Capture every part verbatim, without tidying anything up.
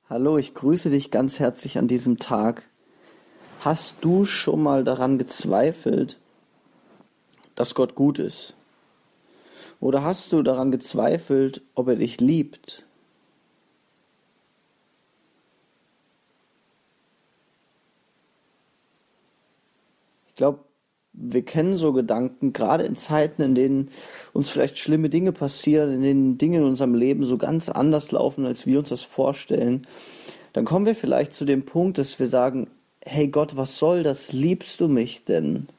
Hallo, ich grüße dich ganz herzlich an diesem Tag. Hast du schon mal daran gezweifelt, dass Gott gut ist? Oder hast du daran gezweifelt, ob er dich liebt? Ich glaube, wir kennen so Gedanken, gerade in Zeiten, in denen uns vielleicht schlimme Dinge passieren, in denen Dinge in unserem Leben so ganz anders laufen, als wir uns das vorstellen. Dann kommen wir vielleicht zu dem Punkt, dass wir sagen, hey Gott, was soll das? Liebst du mich denn?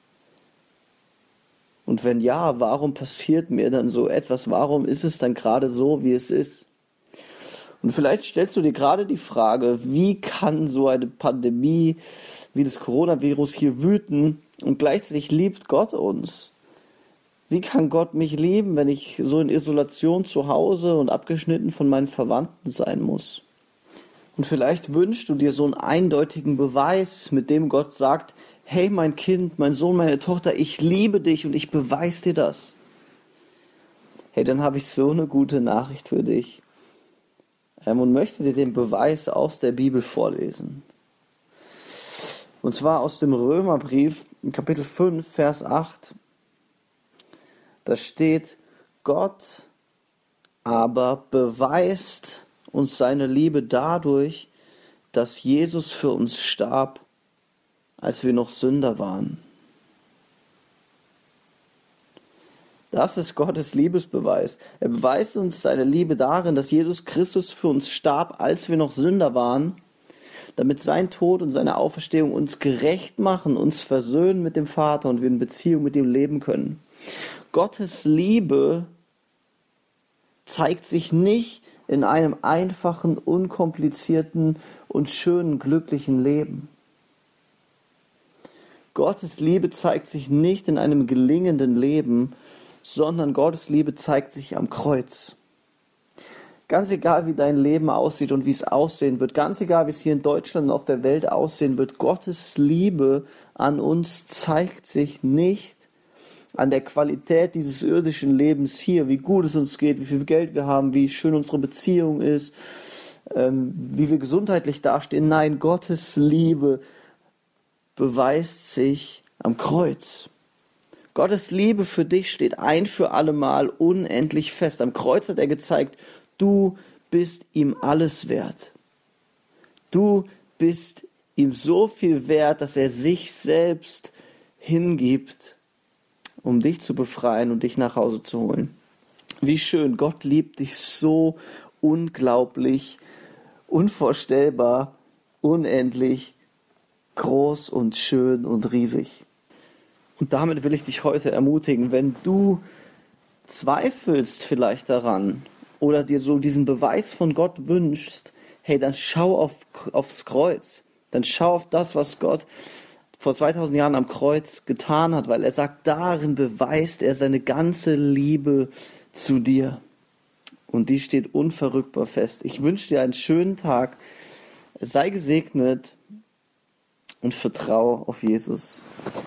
Und wenn ja, warum passiert mir dann so etwas? Warum ist es dann gerade so, wie es ist? Und vielleicht stellst du dir gerade die Frage, wie kann so eine Pandemie wie das Coronavirus hier wüten und gleichzeitig liebt Gott uns? Wie kann Gott mich lieben, wenn ich so in Isolation zu Hause und abgeschnitten von meinen Verwandten sein muss? Und vielleicht wünschst du dir so einen eindeutigen Beweis, mit dem Gott sagt, hey mein Kind, mein Sohn, meine Tochter, ich liebe dich und ich beweise dir das. Hey, dann habe ich so eine gute Nachricht für dich. Ähm, und möchte dir den Beweis aus der Bibel vorlesen. Und zwar aus dem Römerbrief, in Kapitel fünf, Vers acht. Da steht, Gott aber beweist uns seine Liebe dadurch, dass Jesus für uns starb, als wir noch Sünder waren. Das ist Gottes Liebesbeweis. Er beweist uns seine Liebe darin, dass Jesus Christus für uns starb, als wir noch Sünder waren, damit sein Tod und seine Auferstehung uns gerecht machen, uns versöhnen mit dem Vater und wir in Beziehung mit ihm leben können. Gottes Liebe zeigt sich nicht in einem einfachen, unkomplizierten und schönen, glücklichen Leben. Gottes Liebe zeigt sich nicht in einem gelingenden Leben, sondern Gottes Liebe zeigt sich am Kreuz. Ganz egal, wie dein Leben aussieht und wie es aussehen wird, ganz egal, wie es hier in Deutschland und auf der Welt aussehen wird, Gottes Liebe an uns zeigt sich nicht an der Qualität dieses irdischen Lebens hier, wie gut es uns geht, wie viel Geld wir haben, wie schön unsere Beziehung ist, ähm, wie wir gesundheitlich dastehen. Nein, Gottes Liebe beweist sich am Kreuz. Gottes Liebe für dich steht ein für alle Mal unendlich fest. Am Kreuz hat er gezeigt, du bist ihm alles wert. Du bist ihm so viel wert, dass er sich selbst hingibt, um dich zu befreien und dich nach Hause zu holen. Wie schön, Gott liebt dich so unglaublich, unvorstellbar, unendlich, groß und schön und riesig. Und damit will ich dich heute ermutigen, wenn du zweifelst vielleicht daran oder dir so diesen Beweis von Gott wünschst, hey, dann schau auf, aufs Kreuz. Dann schau auf das, was Gott vor zweitausend Jahren am Kreuz getan hat, weil er sagt, darin beweist er seine ganze Liebe zu dir. Und die steht unverrückbar fest. Ich wünsche dir einen schönen Tag. Sei gesegnet und vertraue auf Jesus.